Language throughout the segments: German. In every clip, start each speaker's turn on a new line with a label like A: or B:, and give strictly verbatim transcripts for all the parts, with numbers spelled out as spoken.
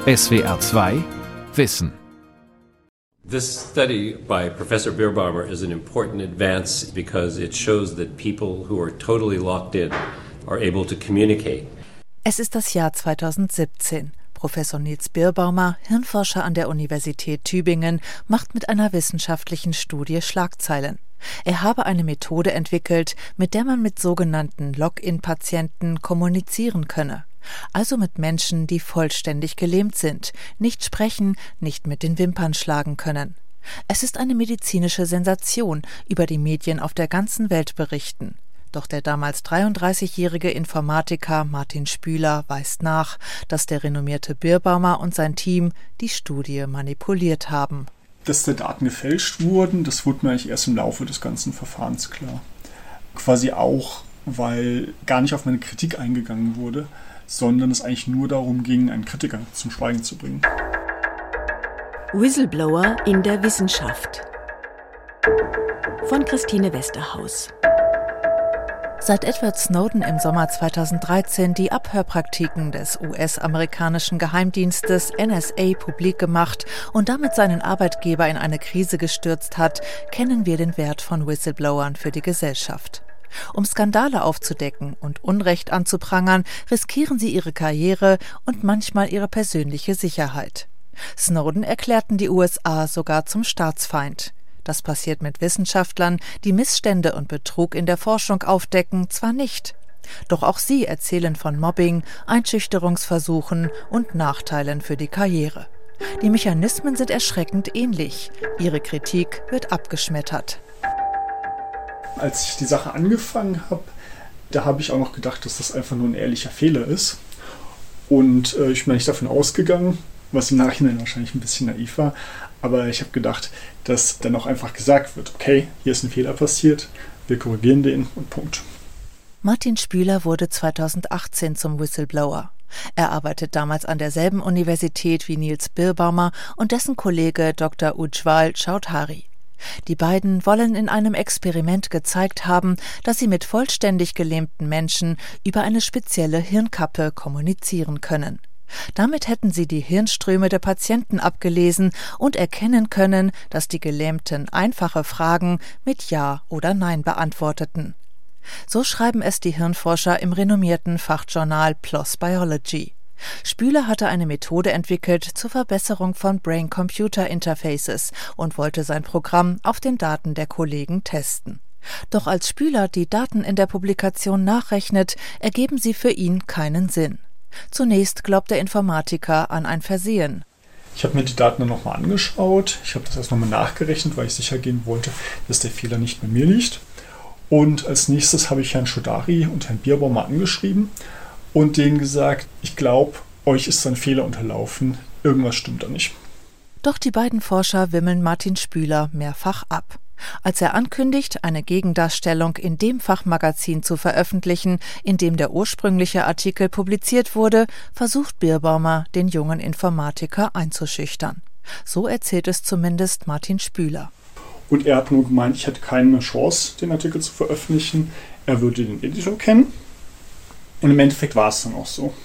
A: S W R zwei Wissen.
B: This study by Professor Bierbaumer is an important advance because it shows that people who are totally locked in are able to communicate.
C: Es ist das Jahr zweitausendsiebzehn. Professor Nils Bierbaumer, Hirnforscher an der Universität Tübingen, macht mit einer wissenschaftlichen Studie Schlagzeilen. Er habe eine Methode entwickelt, mit der man mit sogenannten Lock-in-Patienten kommunizieren könne. Also mit Menschen, die vollständig gelähmt sind, nicht sprechen, nicht mit den Wimpern schlagen können. Es ist eine medizinische Sensation, über die Medien auf der ganzen Welt berichten. Doch der damals dreiunddreißigjährige Informatiker Martin Spüler weist nach, dass der renommierte Bierbaumer und sein Team die Studie manipuliert haben.
D: Dass die Daten gefälscht wurden, das wurde mir eigentlich erst im Laufe des ganzen Verfahrens klar. Quasi auch, weil gar nicht auf meine Kritik eingegangen wurde, sondern es eigentlich nur darum ging, einen Kritiker zum Schweigen zu bringen.
E: Whistleblower in der Wissenschaft von Christine Westerhaus.
C: Seit Edward Snowden im Sommer zweitausenddreizehn die Abhörpraktiken des U S-amerikanischen Geheimdienstes N S A publik gemacht und damit seinen Arbeitgeber in eine Krise gestürzt hat, kennen wir den Wert von Whistleblowern für die Gesellschaft. Um Skandale aufzudecken und Unrecht anzuprangern, riskieren sie ihre Karriere und manchmal ihre persönliche Sicherheit. Snowden erklärten die U S A sogar zum Staatsfeind. Das passiert mit Wissenschaftlern, die Missstände und Betrug in der Forschung aufdecken, zwar nicht. Doch auch sie erzählen von Mobbing, Einschüchterungsversuchen und Nachteilen für die Karriere. Die Mechanismen sind erschreckend ähnlich. Ihre Kritik wird abgeschmettert.
D: Als ich die Sache angefangen habe, da habe ich auch noch gedacht, dass das einfach nur ein ehrlicher Fehler ist. Und äh, ich bin nicht davon ausgegangen, was im Nachhinein wahrscheinlich ein bisschen naiv war, aber ich habe gedacht, dass dann auch einfach gesagt wird, okay, hier ist ein Fehler passiert, wir korrigieren den und Punkt.
C: Martin Spüler wurde zweitausendachtzehn zum Whistleblower. Er arbeitet damals an derselben Universität wie Nils Bierbaumer und dessen Kollege Doktor Ujjwal Chaudhary. Die beiden wollen in einem Experiment gezeigt haben, dass sie mit vollständig gelähmten Menschen über eine spezielle Hirnkappe kommunizieren können. Damit hätten sie die Hirnströme der Patienten abgelesen und erkennen können, dass die Gelähmten einfache Fragen mit Ja oder Nein beantworteten. So schreiben es die Hirnforscher im renommierten Fachjournal P L O S Biology. Spüler hatte eine Methode entwickelt zur Verbesserung von Brain-Computer-Interfaces und wollte sein Programm auf den Daten der Kollegen testen. Doch als Spüler die Daten in der Publikation nachrechnet, ergeben sie für ihn keinen Sinn. Zunächst glaubt der Informatiker an ein Versehen.
D: Ich habe mir die Daten dann nochmal angeschaut. Ich habe das erst nochmal nachgerechnet, weil ich sicher gehen wollte, dass der Fehler nicht bei mir liegt. Und als nächstes habe ich Herrn Chaudhary und Herrn Bierbaumer angeschrieben und denen gesagt, ich glaube, euch ist ein Fehler unterlaufen. Irgendwas stimmt da nicht.
C: Doch die beiden Forscher wimmeln Martin Spüler mehrfach ab. Als er ankündigt, eine Gegendarstellung in dem Fachmagazin zu veröffentlichen, in dem der ursprüngliche Artikel publiziert wurde, versucht Bierbaumer, den jungen Informatiker einzuschüchtern. So erzählt es zumindest Martin Spüler.
D: Und er hat nur gemeint, ich hätte keine Chance, den Artikel zu veröffentlichen. Er würde den Editor kennen. Und im Endeffekt war es dann auch so.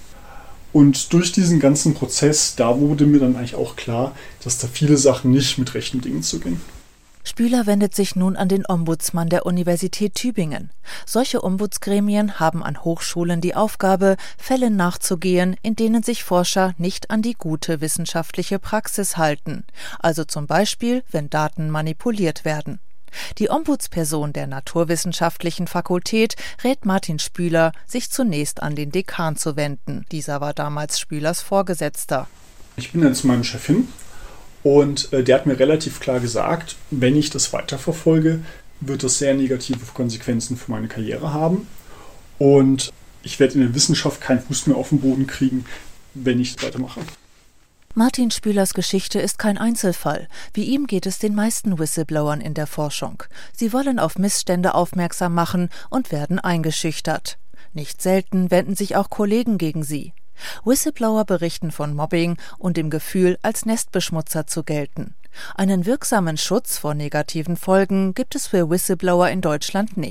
D: Und durch diesen ganzen Prozess, da wurde mir dann eigentlich auch klar, dass da viele Sachen nicht mit rechten Dingen zugehen.
C: Spüler wendet sich nun an den Ombudsmann der Universität Tübingen. Solche Ombudsgremien haben an Hochschulen die Aufgabe, Fällen nachzugehen, in denen sich Forscher nicht an die gute wissenschaftliche Praxis halten, also zum Beispiel, wenn Daten manipuliert werden. Die Ombudsperson der Naturwissenschaftlichen Fakultät rät Martin Spüler, sich zunächst an den Dekan zu wenden. Dieser war damals Spülers Vorgesetzter.
D: Ich bin dann zu meinem Chef hin. Und äh, der hat mir relativ klar gesagt, wenn ich das weiterverfolge, wird das sehr negative Konsequenzen für meine Karriere haben. Und ich werde in der Wissenschaft keinen Fuß mehr auf den Boden kriegen, wenn ich das weitermache.
C: Martin Spülers Geschichte ist kein Einzelfall. Wie ihm geht es den meisten Whistleblowern in der Forschung. Sie wollen auf Missstände aufmerksam machen und werden eingeschüchtert. Nicht selten wenden sich auch Kollegen gegen sie. Whistleblower berichten von Mobbing und dem Gefühl, als Nestbeschmutzer zu gelten. Einen wirksamen Schutz vor negativen Folgen gibt es für Whistleblower in Deutschland nicht.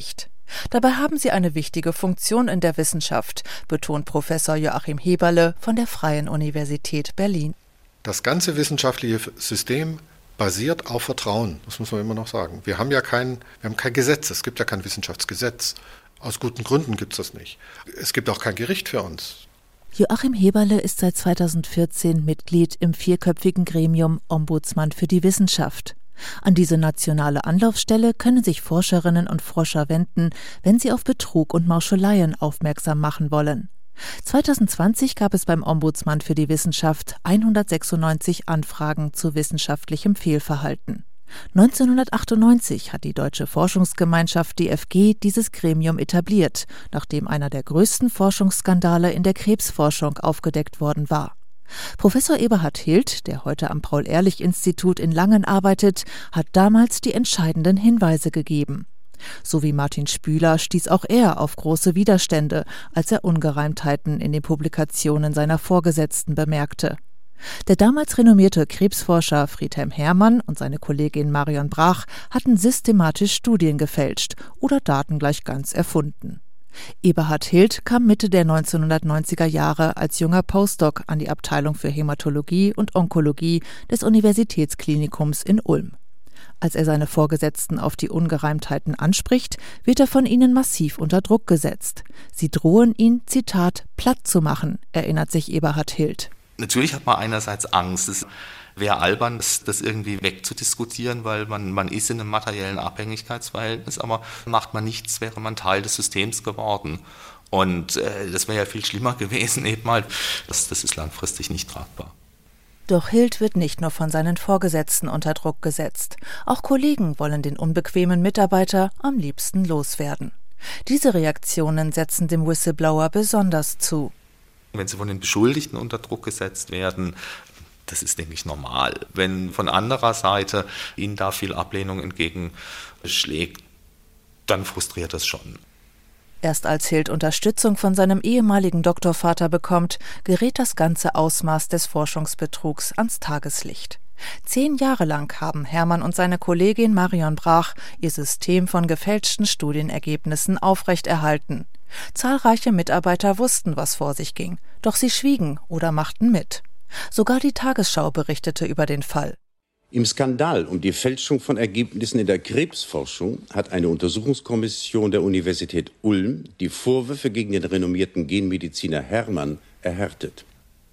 C: Dabei haben sie eine wichtige Funktion in der Wissenschaft, betont Professor Joachim Heberle von der Freien Universität Berlin.
F: Das ganze wissenschaftliche System basiert auf Vertrauen, das muss man immer noch sagen. Wir haben ja kein, wir haben kein Gesetz, es gibt ja kein Wissenschaftsgesetz. Aus guten Gründen gibt es das nicht. Es gibt auch kein Gericht für uns.
C: Joachim Heberle ist seit zweitausendvierzehn Mitglied im vierköpfigen Gremium Ombudsmann für die Wissenschaft. An diese nationale Anlaufstelle können sich Forscherinnen und Forscher wenden, wenn sie auf Betrug und Mauscheleien aufmerksam machen wollen. zweitausendzwanzig gab es beim Ombudsmann für die Wissenschaft hundertsechsundneunzig Anfragen zu wissenschaftlichem Fehlverhalten. neunzehnhundertachtundneunzig hat die Deutsche Forschungsgemeinschaft D F G dieses Gremium etabliert, nachdem einer der größten Forschungsskandale in der Krebsforschung aufgedeckt worden war. Professor Eberhard Hild, der heute am Paul-Ehrlich-Institut in Langen arbeitet, hat damals die entscheidenden Hinweise gegeben. So wie Martin Spüler stieß auch er auf große Widerstände, als er Ungereimtheiten in den Publikationen seiner Vorgesetzten bemerkte. Der damals renommierte Krebsforscher Friedhelm Herrmann und seine Kollegin Marion Brach hatten systematisch Studien gefälscht oder Daten gleich ganz erfunden. Eberhard Hild kam Mitte der neunzehnhundertneunziger Jahre als junger Postdoc an die Abteilung für Hämatologie und Onkologie des Universitätsklinikums in Ulm. Als er seine Vorgesetzten auf die Ungereimtheiten anspricht, wird er von ihnen massiv unter Druck gesetzt. Sie drohen ihn, Zitat, platt zu machen, erinnert sich Eberhard Hild.
G: Natürlich hat man einerseits Angst. Es wäre albern, das, das irgendwie wegzudiskutieren, weil man, man ist in einem materiellen Abhängigkeitsverhältnis, aber macht man nichts, wäre man Teil des Systems geworden. Und äh, das wäre ja viel schlimmer gewesen, eben halt. Das, das ist langfristig nicht tragbar.
C: Doch Hild wird nicht nur von seinen Vorgesetzten unter Druck gesetzt. Auch Kollegen wollen den unbequemen Mitarbeiter am liebsten loswerden. Diese Reaktionen setzen dem Whistleblower besonders zu.
G: Wenn sie von den Beschuldigten unter Druck gesetzt werden, das ist, denke ich, normal. Wenn von anderer Seite ihnen da viel Ablehnung entgegenschlägt, dann frustriert das schon.
C: Erst als Hild Unterstützung von seinem ehemaligen Doktorvater bekommt, gerät das ganze Ausmaß des Forschungsbetrugs ans Tageslicht. Zehn Jahre lang haben Herrmann und seine Kollegin Marion Brach ihr System von gefälschten Studienergebnissen aufrechterhalten. Zahlreiche Mitarbeiter wussten, was vor sich ging, doch sie schwiegen oder machten mit. Sogar die Tagesschau berichtete über den Fall.
H: Im Skandal um die Fälschung von Ergebnissen in der Krebsforschung hat eine Untersuchungskommission der Universität Ulm die Vorwürfe gegen den renommierten Genmediziner Herrmann erhärtet.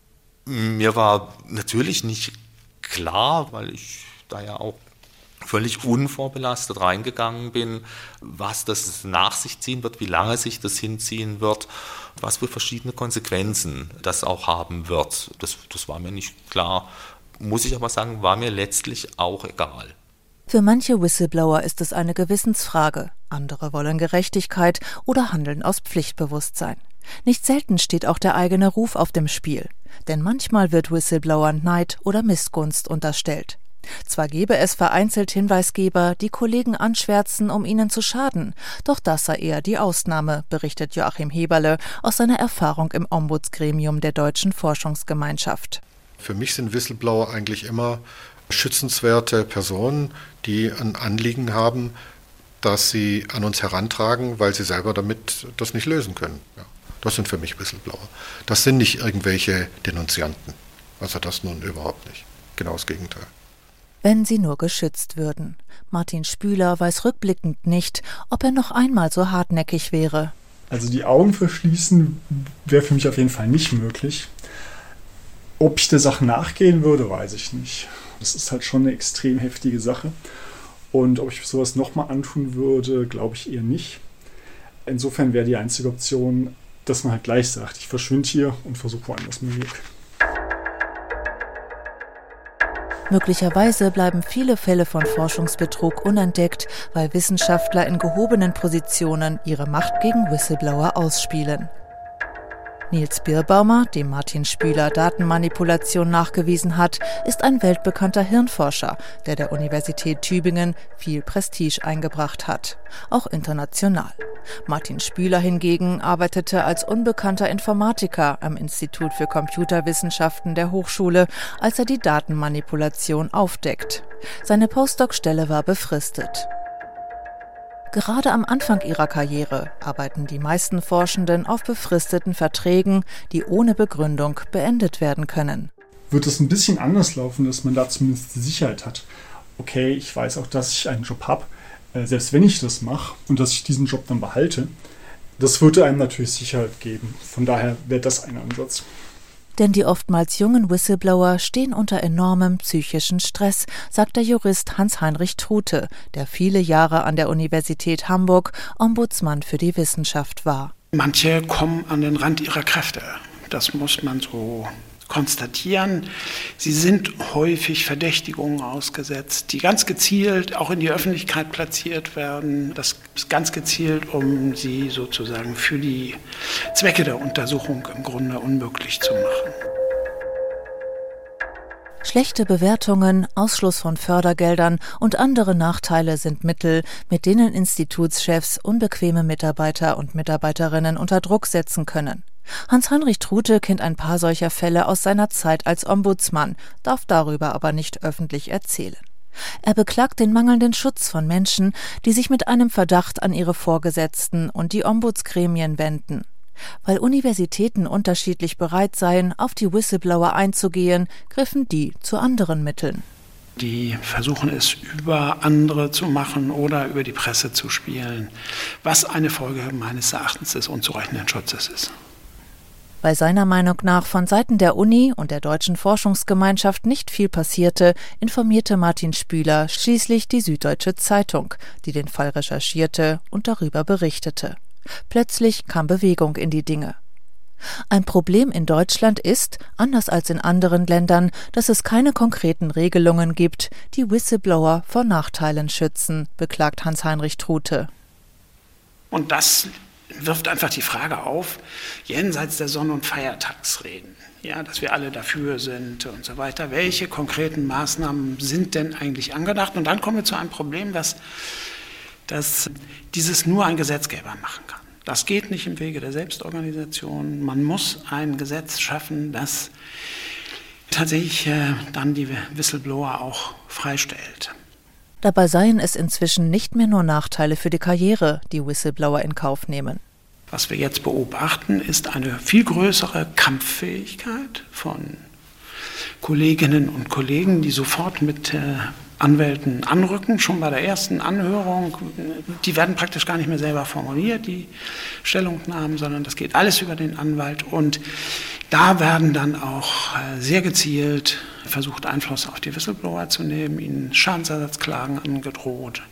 G: Mir war natürlich nicht klar, weil ich da ja auch völlig unvorbelastet reingegangen bin, was das nach sich ziehen wird, wie lange sich das hinziehen wird, was für verschiedene Konsequenzen das auch haben wird. Das, das war mir nicht klar. Muss ich aber sagen, war mir letztlich auch egal.
C: Für manche Whistleblower ist es eine Gewissensfrage. Andere wollen Gerechtigkeit oder handeln aus Pflichtbewusstsein. Nicht selten steht auch der eigene Ruf auf dem Spiel. Denn manchmal wird Whistleblowern Neid oder Missgunst unterstellt. Zwar gebe es vereinzelt Hinweisgeber, die Kollegen anschwärzen, um ihnen zu schaden, doch das sei eher die Ausnahme, berichtet Joachim Heberle aus seiner Erfahrung im Ombudsgremium der Deutschen Forschungsgemeinschaft.
F: Für mich sind Whistleblower eigentlich immer schützenswerte Personen, die ein Anliegen haben, das sie an uns herantragen, weil sie selber damit das nicht lösen können. Ja, das sind für mich Whistleblower. Das sind nicht irgendwelche Denunzianten. Also das nun überhaupt nicht. Genau das Gegenteil.
C: Wenn sie nur geschützt würden. Martin Spüler weiß rückblickend nicht, ob er noch einmal so hartnäckig wäre.
D: Also die Augen verschließen wäre für mich auf jeden Fall nicht möglich. Ob ich der Sache nachgehen würde, weiß ich nicht. Das ist halt schon eine extrem heftige Sache. Und ob ich sowas nochmal antun würde, glaube ich eher nicht. Insofern wäre die einzige Option, dass man halt gleich sagt, ich verschwinde hier und versuche woanders mein Glück.
C: Möglicherweise bleiben viele Fälle von Forschungsbetrug unentdeckt, weil Wissenschaftler in gehobenen Positionen ihre Macht gegen Whistleblower ausspielen. Niels Birbaumer, dem Martin Spüler Datenmanipulation nachgewiesen hat, ist ein weltbekannter Hirnforscher, der der Universität Tübingen viel Prestige eingebracht hat, auch international. Martin Spüler hingegen arbeitete als unbekannter Informatiker am Institut für Computerwissenschaften der Hochschule, als er die Datenmanipulation aufdeckt. Seine Postdoc-Stelle war befristet. Gerade am Anfang ihrer Karriere arbeiten die meisten Forschenden auf befristeten Verträgen, die ohne Begründung beendet werden können.
D: Wird es ein bisschen anders laufen, dass man da zumindest die Sicherheit hat. Okay, ich weiß auch, dass ich einen Job habe, selbst wenn ich das mache und dass ich diesen Job dann behalte. Das würde einem natürlich Sicherheit geben. Von daher wäre das ein Ansatz.
C: Denn die oftmals jungen Whistleblower stehen unter enormem psychischen Stress, sagt der Jurist Hans-Heinrich Trute, der viele Jahre an der Universität Hamburg Ombudsmann für die Wissenschaft war.
I: Manche kommen an den Rand ihrer Kräfte. Das muss man so konstatieren. Sie sind häufig Verdächtigungen ausgesetzt, die ganz gezielt auch in die Öffentlichkeit platziert werden. Das ist ganz gezielt, um sie sozusagen für die Zwecke der Untersuchung im Grunde unmöglich zu machen.
C: Schlechte Bewertungen, Ausschluss von Fördergeldern und andere Nachteile sind Mittel, mit denen Institutschefs unbequeme Mitarbeiter und Mitarbeiterinnen unter Druck setzen können. Hans-Heinrich Trute kennt ein paar solcher Fälle aus seiner Zeit als Ombudsmann, darf darüber aber nicht öffentlich erzählen. Er beklagt den mangelnden Schutz von Menschen, die sich mit einem Verdacht an ihre Vorgesetzten und die Ombudsgremien wenden. Weil Universitäten unterschiedlich bereit seien, auf die Whistleblower einzugehen, griffen die zu anderen Mitteln.
I: Die versuchen es über andere zu machen oder über die Presse zu spielen, was eine Folge meines Erachtens des unzureichenden Schutzes ist.
C: Weil seiner Meinung nach von Seiten der Uni und der Deutschen Forschungsgemeinschaft nicht viel passierte, informierte Martin Spüler schließlich die Süddeutsche Zeitung, die den Fall recherchierte und darüber berichtete. Plötzlich kam Bewegung in die Dinge. Ein Problem in Deutschland ist, anders als in anderen Ländern, dass es keine konkreten Regelungen gibt, die Whistleblower vor Nachteilen schützen, beklagt Hans-Heinrich Trute.
I: Und das wirft einfach die Frage auf, jenseits der Sonn- und Feiertagsreden, ja, dass wir alle dafür sind und so weiter, welche konkreten Maßnahmen sind denn eigentlich angedacht? Und dann kommen wir zu einem Problem, dass, dass dieses nur ein Gesetzgeber machen kann. Das geht nicht im Wege der Selbstorganisation. Man muss ein Gesetz schaffen, das tatsächlich äh, dann die Whistleblower auch freistellt.
C: Dabei seien es inzwischen nicht mehr nur Nachteile für die Karriere, die Whistleblower in Kauf nehmen.
I: Was wir jetzt beobachten, ist eine viel größere Kampffähigkeit von Kolleginnen und Kollegen, die sofort mit äh, Anwälten anrücken, schon bei der ersten Anhörung. Die werden praktisch gar nicht mehr selber formuliert, die Stellungnahmen, sondern das geht alles über den Anwalt. Und da werden dann auch äh, sehr gezielt versucht, Einfluss auf die Whistleblower zu nehmen, ihnen Schadensersatzklagen angedroht.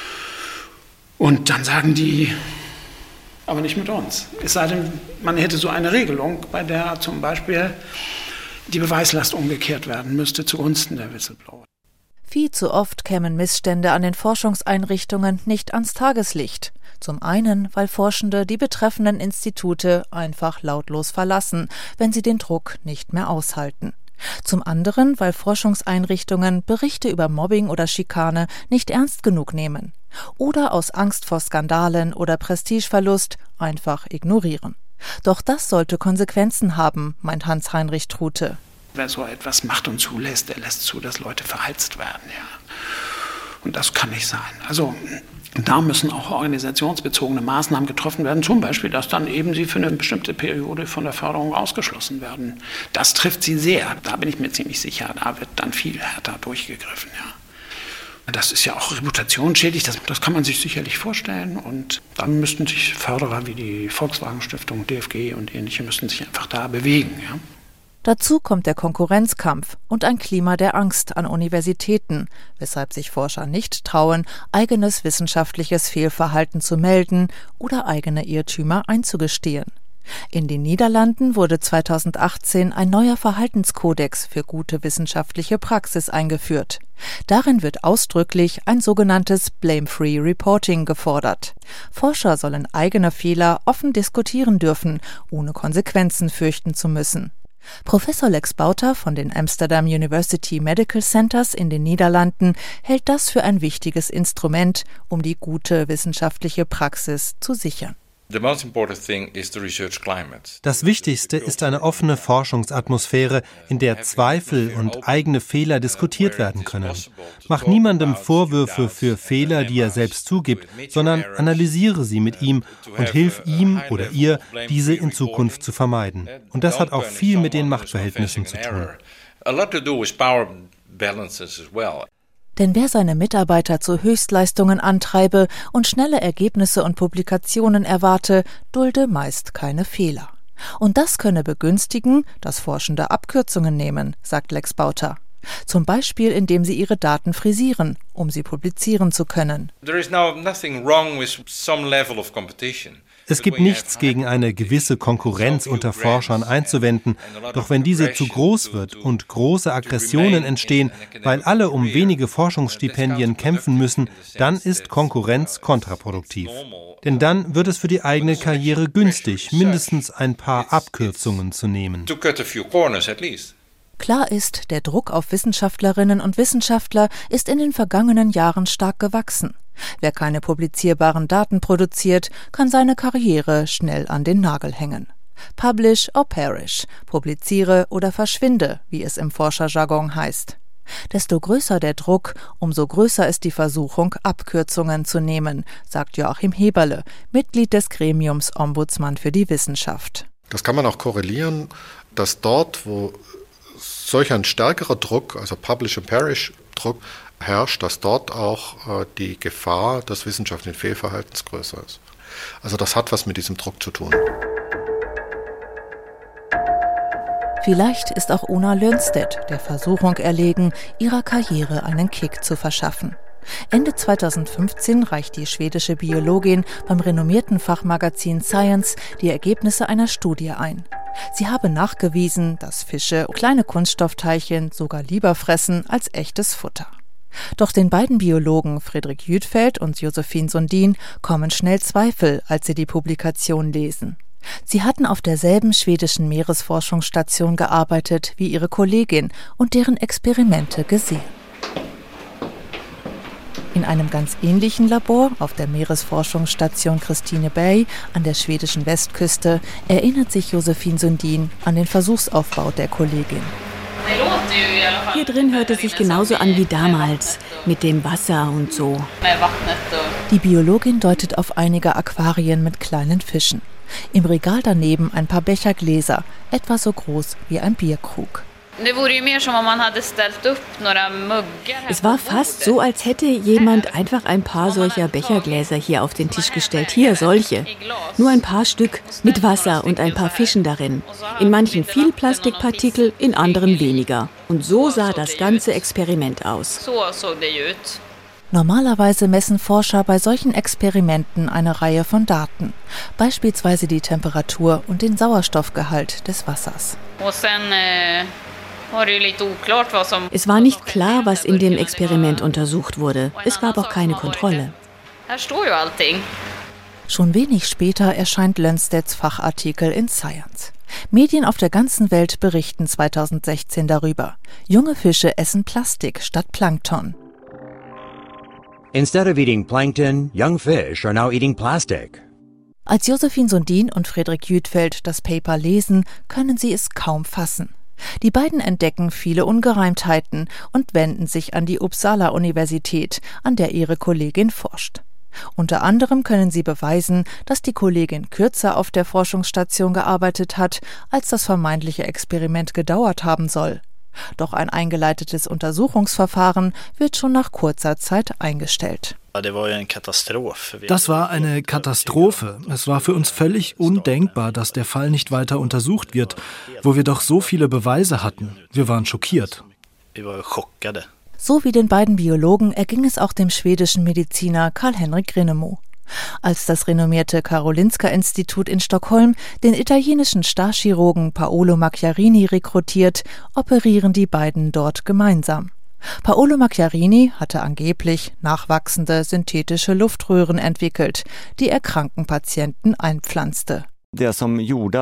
I: Und dann sagen die, aber nicht mit uns. Es sei denn, man hätte so eine Regelung, bei der zum Beispiel die Beweislast umgekehrt werden müsste zugunsten der Whistleblower.
C: Viel zu oft kämen Missstände an den Forschungseinrichtungen nicht ans Tageslicht. Zum einen, weil Forschende die betreffenden Institute einfach lautlos verlassen, wenn sie den Druck nicht mehr aushalten. Zum anderen, weil Forschungseinrichtungen Berichte über Mobbing oder Schikane nicht ernst genug nehmen oder aus Angst vor Skandalen oder Prestigeverlust einfach ignorieren. Doch das sollte Konsequenzen haben, meint Hans-Heinrich Trute.
I: Wer so etwas macht und zulässt, der lässt zu, dass Leute verheizt werden. Ja. Und das kann nicht sein. Also da müssen auch organisationsbezogene Maßnahmen getroffen werden, zum Beispiel, dass dann eben sie für eine bestimmte Periode von der Förderung ausgeschlossen werden. Das trifft sie sehr, da bin ich mir ziemlich sicher, da wird dann viel härter durchgegriffen. Ja. Das ist ja auch reputationsschädlich, das, das kann man sich sicherlich vorstellen. Und dann müssten sich Förderer wie die Volkswagen Stiftung, D F G und ähnliche müssten sich einfach da bewegen. Ja.
C: Dazu kommt der Konkurrenzkampf und ein Klima der Angst an Universitäten, weshalb sich Forscher nicht trauen, eigenes wissenschaftliches Fehlverhalten zu melden oder eigene Irrtümer einzugestehen. In den Niederlanden wurde zweitausendachtzehn ein neuer Verhaltenskodex für gute wissenschaftliche Praxis eingeführt. Darin wird ausdrücklich ein sogenanntes Blame-Free Reporting gefordert. Forscher sollen eigene Fehler offen diskutieren dürfen, ohne Konsequenzen fürchten zu müssen. Professor Lex Bauter von den Amsterdam University Medical Centers in den Niederlanden hält das für ein wichtiges Instrument, um die gute wissenschaftliche Praxis zu sichern.
J: Das Wichtigste ist eine offene Forschungsatmosphäre, in der Zweifel und eigene Fehler diskutiert werden können. Mach niemandem Vorwürfe für Fehler, die er selbst zugibt, sondern analysiere sie mit ihm und hilf ihm oder ihr, diese in Zukunft zu vermeiden. Und das hat auch viel mit den Machtverhältnissen zu tun.
C: Denn wer seine Mitarbeiter zu Höchstleistungen antreibe und schnelle Ergebnisse und Publikationen erwarte, dulde meist keine Fehler. Und das könne begünstigen, dass Forschende Abkürzungen nehmen, sagt Lex Bauter. Zum Beispiel, indem sie ihre Daten frisieren, um sie publizieren zu können.
J: Es gibt nichts gegen eine gewisse Konkurrenz unter Forschern einzuwenden, doch wenn diese zu groß wird und große Aggressionen entstehen, weil alle um wenige Forschungsstipendien kämpfen müssen, dann ist Konkurrenz kontraproduktiv. Denn dann wird es für die eigene Karriere günstig, mindestens ein paar Abkürzungen zu nehmen.
C: Klar ist, der Druck auf Wissenschaftlerinnen und Wissenschaftler ist in den vergangenen Jahren stark gewachsen. Wer keine publizierbaren Daten produziert, kann seine Karriere schnell an den Nagel hängen. Publish or perish, publiziere oder verschwinde, wie es im Forscherjargon heißt. Desto größer der Druck, umso größer ist die Versuchung, Abkürzungen zu nehmen, sagt Joachim Heberle, Mitglied des Gremiums Ombudsmann für die Wissenschaft.
F: Das kann man auch korrelieren, dass dort, wo solch ein stärkerer Druck, also Publish and Perish Druck, herrscht, dass dort auch äh, die Gefahr des wissenschaftlichen Fehlverhaltens größer ist. Also das hat was mit diesem Druck zu tun.
C: Vielleicht ist auch Ona Lönnstedt der Versuchung erlegen, ihrer Karriere einen Kick zu verschaffen. Ende zweitausendfünfzehn reicht die schwedische Biologin beim renommierten Fachmagazin Science die Ergebnisse einer Studie ein. Sie habe nachgewiesen, dass Fische kleine Kunststoffteilchen sogar lieber fressen als echtes Futter. Doch den beiden Biologen Fredrik Jütfeldt und Josephine Sundin kommen schnell Zweifel, als sie die Publikation lesen. Sie hatten auf derselben schwedischen Meeresforschungsstation gearbeitet wie ihre Kollegin und deren Experimente gesehen. In einem ganz ähnlichen Labor auf der Meeresforschungsstation Kristineberg an der schwedischen Westküste erinnert sich Josephine Sundin an den Versuchsaufbau der Kollegin.
E: Hier drin hört es sich genauso an wie damals, mit dem Wasser und so.
C: Die Biologin deutet auf einige Aquarien mit kleinen Fischen. Im Regal daneben ein paar Bechergläser, etwa so groß wie ein Bierkrug.
E: Es war fast so, als hätte jemand einfach ein paar solcher Bechergläser hier auf den Tisch gestellt. Hier, solche. Nur ein paar Stück mit Wasser und ein paar Fischen darin. In manchen viel Plastikpartikel, in anderen weniger. Und so sah das ganze Experiment aus.
C: Normalerweise messen Forscher bei solchen Experimenten eine Reihe von Daten, beispielsweise die Temperatur und den Sauerstoffgehalt des Wassers.
E: Es war nicht klar, was in dem Experiment untersucht wurde. Es gab auch keine Kontrolle.
C: Schon wenig später erscheint Lönnstedts Fachartikel in Science. Medien auf der ganzen Welt berichten zweitausendsechzehn darüber. Junge Fische essen Plastik statt Plankton.
K: Instead of eating plankton, young fish are now eating plastic.
C: Als Josephine Sundin und Fredrik Jütfeldt das Paper lesen, können sie es kaum fassen. Die beiden entdecken viele Ungereimtheiten und wenden sich an die Uppsala-Universität, an der ihre Kollegin forscht. Unter anderem können sie beweisen, dass die Kollegin kürzer auf der Forschungsstation gearbeitet hat, als das vermeintliche Experiment gedauert haben soll. Doch ein eingeleitetes Untersuchungsverfahren wird schon nach kurzer Zeit eingestellt.
L: Das war eine Katastrophe. Es war für uns völlig undenkbar, dass der Fall nicht weiter untersucht wird, wo wir doch so viele Beweise hatten. Wir waren schockiert.
C: So wie den beiden Biologen erging es auch dem schwedischen Mediziner Karl-Henrik Grinnemo. Als das renommierte Karolinska-Institut in Stockholm den italienischen Starchirurgen Paolo Macchiarini rekrutiert, operieren die beiden dort gemeinsam. Paolo Macchiarini hatte angeblich nachwachsende synthetische Luftröhren entwickelt, die er kranken Patienten einpflanzte.
J: Der Grund,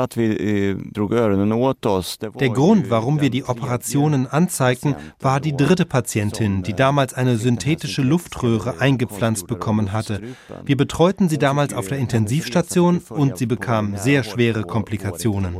J: warum wir die Operationen anzeigten, war die dritte Patientin, die damals eine synthetische Luftröhre eingepflanzt bekommen hatte. Wir betreuten sie damals auf der Intensivstation und sie bekam sehr schwere Komplikationen.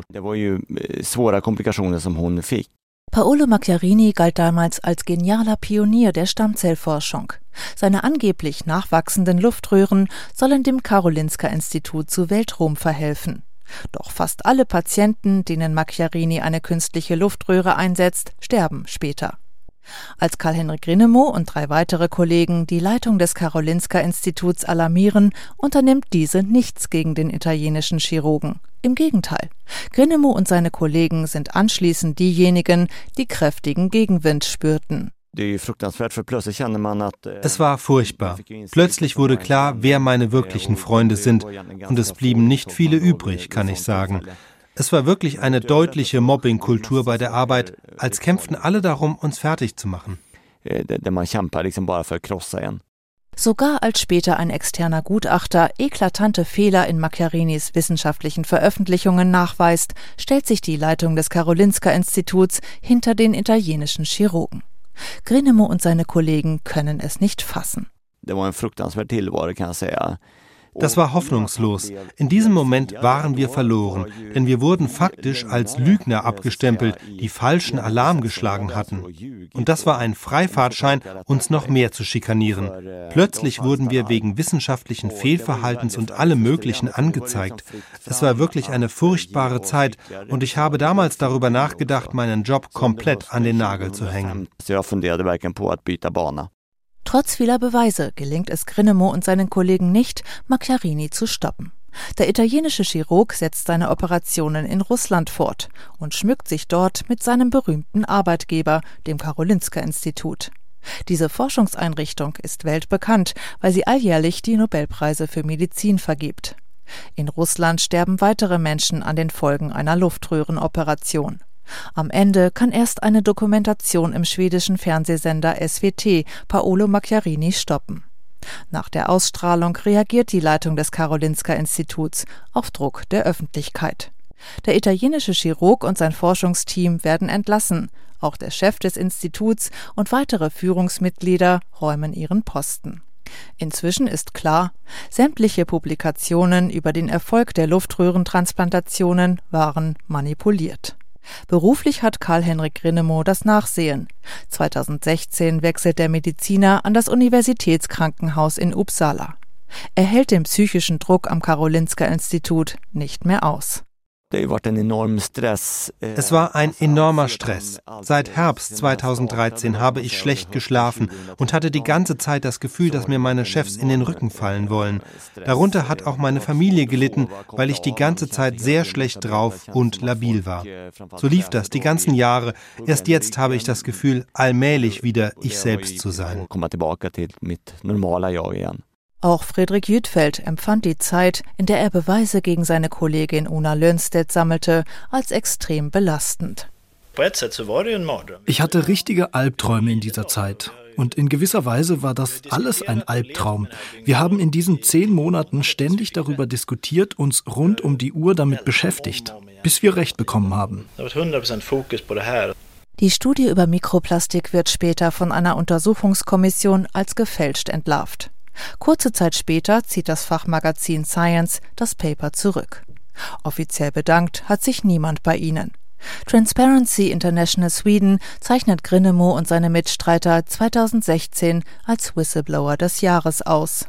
C: Paolo Macchiarini galt damals als genialer Pionier der Stammzellforschung. Seine angeblich nachwachsenden Luftröhren sollen dem Karolinska-Institut zu Weltruhm verhelfen. Doch fast alle Patienten, denen Macchiarini eine künstliche Luftröhre einsetzt, sterben später. Als Karl-Henrik Grinnemow und drei weitere Kollegen die Leitung des Karolinska-Instituts alarmieren, unternimmt diese nichts gegen den italienischen Chirurgen. Im Gegenteil, Grinnemow und seine Kollegen sind anschließend diejenigen, die kräftigen Gegenwind spürten.
J: Es war furchtbar. Plötzlich wurde klar, wer meine wirklichen Freunde sind, und es blieben nicht viele übrig, kann ich sagen. Es war wirklich eine deutliche Mobbingkultur bei der Arbeit, als kämpften alle darum, uns fertig zu machen.
C: Sogar als später ein externer Gutachter eklatante Fehler in Macchiarinis wissenschaftlichen Veröffentlichungen nachweist, stellt sich die Leitung des Karolinska-Instituts hinter den italienischen Chirurgen. Grinnemow und seine Kollegen können es nicht fassen.
J: Das war hoffnungslos. In diesem Moment waren wir verloren, denn wir wurden faktisch als Lügner abgestempelt, die falschen Alarm geschlagen hatten. Und das war ein Freifahrtschein, uns noch mehr zu schikanieren. Plötzlich wurden wir wegen wissenschaftlichen Fehlverhaltens und allem Möglichen angezeigt. Es war wirklich eine furchtbare Zeit und ich habe damals darüber nachgedacht, meinen Job komplett an den Nagel zu hängen.
C: Trotz vieler Beweise gelingt es Grinnemow und seinen Kollegen nicht, Macchiarini zu stoppen. Der italienische Chirurg setzt seine Operationen in Russland fort und schmückt sich dort mit seinem berühmten Arbeitgeber, dem Karolinska-Institut. Diese Forschungseinrichtung ist weltbekannt, weil sie alljährlich die Nobelpreise für Medizin vergibt. In Russland sterben weitere Menschen an den Folgen einer Luftröhrenoperation. Am Ende kann erst eine Dokumentation im schwedischen Fernsehsender S W T Paolo Macchiarini stoppen. Nach der Ausstrahlung reagiert die Leitung des Karolinska-Instituts auf Druck der Öffentlichkeit. Der italienische Chirurg und sein Forschungsteam werden entlassen. Auch der Chef des Instituts und weitere Führungsmitglieder räumen ihren Posten. Inzwischen ist klar, sämtliche Publikationen über den Erfolg der Luftröhrentransplantationen waren manipuliert. Beruflich hat Karl-Henrik Grinnemow das Nachsehen. zweitausendsechzehn wechselt der Mediziner an das Universitätskrankenhaus in Uppsala. Er hält den psychischen Druck am Karolinska-Institut nicht mehr aus.
J: Es war ein enormer Stress. Seit Herbst zweitausenddreizehn habe ich schlecht geschlafen und hatte die ganze Zeit das Gefühl, dass mir meine Chefs in den Rücken fallen wollen. Darunter hat auch meine Familie gelitten, weil ich die ganze Zeit sehr schlecht drauf und labil war. So lief das die ganzen Jahre. Erst jetzt habe ich das Gefühl, allmählich wieder ich selbst zu sein.
C: Auch Fredrik Jütfeldt empfand die Zeit, in der er Beweise gegen seine Kollegin Una Lönnstedt sammelte, als extrem belastend.
L: Ich hatte richtige Albträume in dieser Zeit. Und in gewisser Weise war das alles ein Albtraum. Wir haben in diesen zehn Monaten ständig darüber diskutiert, uns rund um die Uhr damit beschäftigt, bis wir Recht bekommen haben.
C: Die Studie über Mikroplastik wird später von einer Untersuchungskommission als gefälscht entlarvt. Kurze Zeit später zieht das Fachmagazin Science das Paper zurück. Offiziell bedankt hat sich niemand bei ihnen. Transparency International Sweden zeichnet Grinnemow und seine Mitstreiter zweitausendsechzehn als Whistleblower des Jahres aus.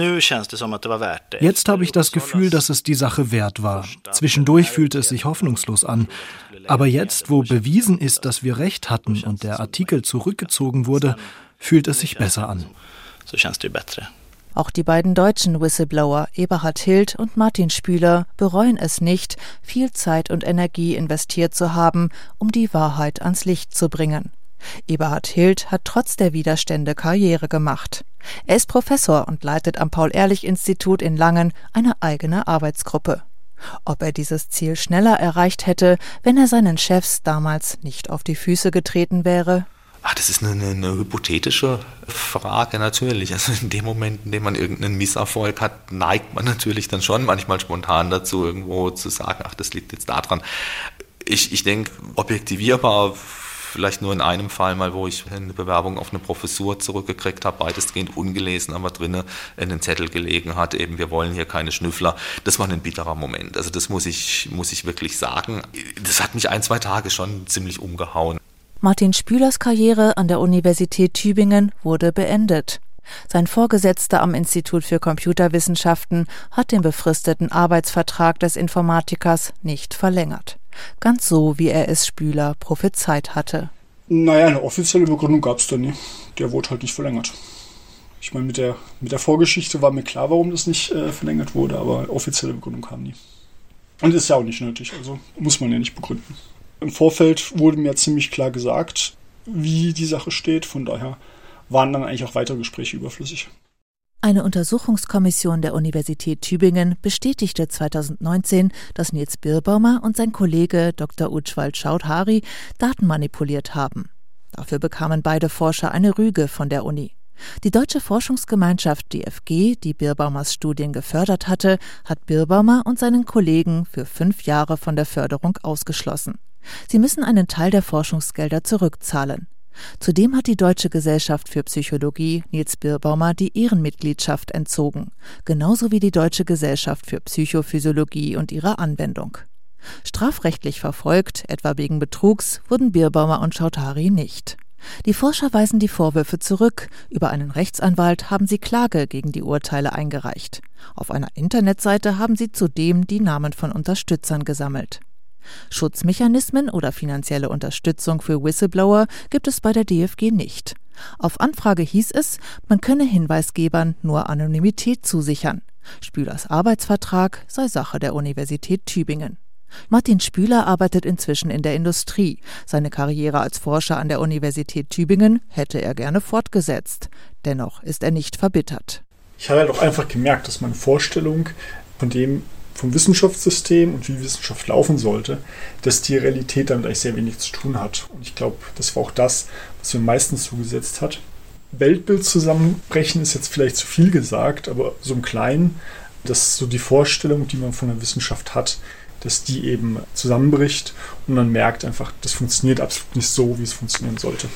L: Jetzt habe ich das Gefühl, dass es die Sache wert war. Zwischendurch fühlte es sich hoffnungslos an. Aber jetzt, wo bewiesen ist, dass wir recht hatten und der Artikel zurückgezogen wurde, fühlt es sich besser an.
C: Auch die beiden deutschen Whistleblower Eberhard Hild und Martin Spüler bereuen es nicht, viel Zeit und Energie investiert zu haben, um die Wahrheit ans Licht zu bringen. Eberhard Hild hat trotz der Widerstände Karriere gemacht. Er ist Professor und leitet am Paul-Ehrlich-Institut in Langen eine eigene Arbeitsgruppe. Ob er dieses Ziel schneller erreicht hätte, wenn er seinen Chefs damals nicht auf die Füße getreten wäre?
G: Ach, das ist eine, eine hypothetische Frage natürlich. Also in dem Moment, in dem man irgendeinen Misserfolg hat, neigt man natürlich dann schon manchmal spontan dazu, irgendwo zu sagen, ach, das liegt jetzt daran. Ich, ich denke, objektivierbar, vielleicht nur in einem Fall mal, wo ich eine Bewerbung auf eine Professur zurückgekriegt habe, weitestgehend ungelesen, aber drinnen in den Zettel gelegen hat, eben, wir wollen hier keine Schnüffler. Das war ein bitterer Moment. Also das muss ich, muss ich wirklich sagen. Das hat mich ein, zwei Tage schon ziemlich umgehauen.
C: Martin Spülers Karriere an der Universität Tübingen wurde beendet. Sein Vorgesetzter am Institut für Computerwissenschaften hat den befristeten Arbeitsvertrag des Informatikers nicht verlängert. Ganz so, wie er es Spüler prophezeit hatte.
D: Naja, eine offizielle Begründung gab es da nie. Der wurde halt nicht verlängert. Ich meine, mit der, mit der Vorgeschichte war mir klar, warum das nicht äh, verlängert wurde, aber offizielle Begründung kam nie. Und ist ja auch nicht nötig, also muss man ja nicht begründen. Im Vorfeld wurde mir ziemlich klar gesagt, wie die Sache steht, von daher waren dann eigentlich auch weitere Gespräche überflüssig.
C: Eine Untersuchungskommission der Universität Tübingen bestätigte zweitausendneunzehn, dass Niels Birbaumer und sein Kollege Doktor Ujjwal Choudhary Daten manipuliert haben. Dafür bekamen beide Forscher eine Rüge von der Uni. Die Deutsche Forschungsgemeinschaft D F G, die Birbaumers Studien gefördert hatte, hat Birbaumer und seinen Kollegen für fünf Jahre von der Förderung ausgeschlossen. Sie müssen einen Teil der Forschungsgelder zurückzahlen. Zudem hat die Deutsche Gesellschaft für Psychologie Niels Birbaumer die Ehrenmitgliedschaft entzogen, genauso wie die Deutsche Gesellschaft für Psychophysiologie und ihre Anwendung. Strafrechtlich verfolgt, etwa wegen Betrugs, wurden Birbaumer und Choudhary nicht. Die Forscher weisen die Vorwürfe zurück. Über einen Rechtsanwalt haben sie Klage gegen die Urteile eingereicht. Auf einer Internetseite haben sie zudem die Namen von Unterstützern gesammelt. Schutzmechanismen oder finanzielle Unterstützung für Whistleblower gibt es bei der D F G nicht. Auf Anfrage hieß es, man könne Hinweisgebern nur Anonymität zusichern. Spülers Arbeitsvertrag sei Sache der Universität Tübingen. Martin Spüler arbeitet inzwischen in der Industrie. Seine Karriere als Forscher an der Universität Tübingen hätte er gerne fortgesetzt. Dennoch ist er nicht verbittert.
D: Ich habe halt auch einfach gemerkt, dass meine Vorstellung von dem vom Wissenschaftssystem und wie Wissenschaft laufen sollte, dass die Realität damit eigentlich sehr wenig zu tun hat. Und ich glaube, das war auch das, was mir meistens zugesetzt hat. Weltbild zusammenbrechen ist jetzt vielleicht zu viel gesagt, aber so im Kleinen, dass so die Vorstellung, die man von der Wissenschaft hat, dass die eben zusammenbricht und man merkt einfach, das funktioniert absolut nicht so, wie es funktionieren sollte.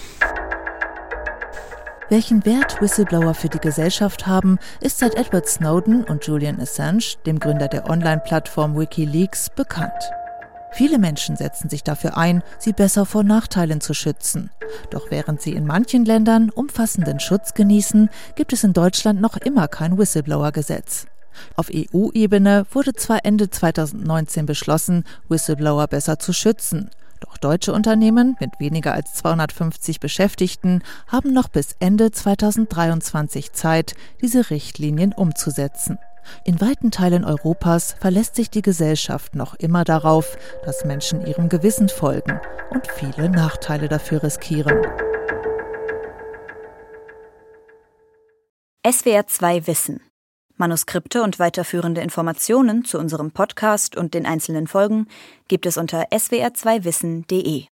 C: Welchen Wert Whistleblower für die Gesellschaft haben, ist seit Edward Snowden und Julian Assange, dem Gründer der Online-Plattform WikiLeaks, bekannt. Viele Menschen setzen sich dafür ein, sie besser vor Nachteilen zu schützen. Doch während sie in manchen Ländern umfassenden Schutz genießen, gibt es in Deutschland noch immer kein Whistleblower-Gesetz. Auf E U-Ebene wurde zwar Ende zweitausendneunzehn beschlossen, Whistleblower besser zu schützen. Doch deutsche Unternehmen mit weniger als zweihundertfünfzig Beschäftigten haben noch bis Ende zweitausenddreiundzwanzig Zeit, diese Richtlinien umzusetzen. In weiten Teilen Europas verlässt sich die Gesellschaft noch immer darauf, dass Menschen ihrem Gewissen folgen und viele Nachteile dafür riskieren.
M: S W R zwei Wissen. Manuskripte und weiterführende Informationen zu unserem Podcast und den einzelnen Folgen gibt es unter s w r zwei wissen punkt d e.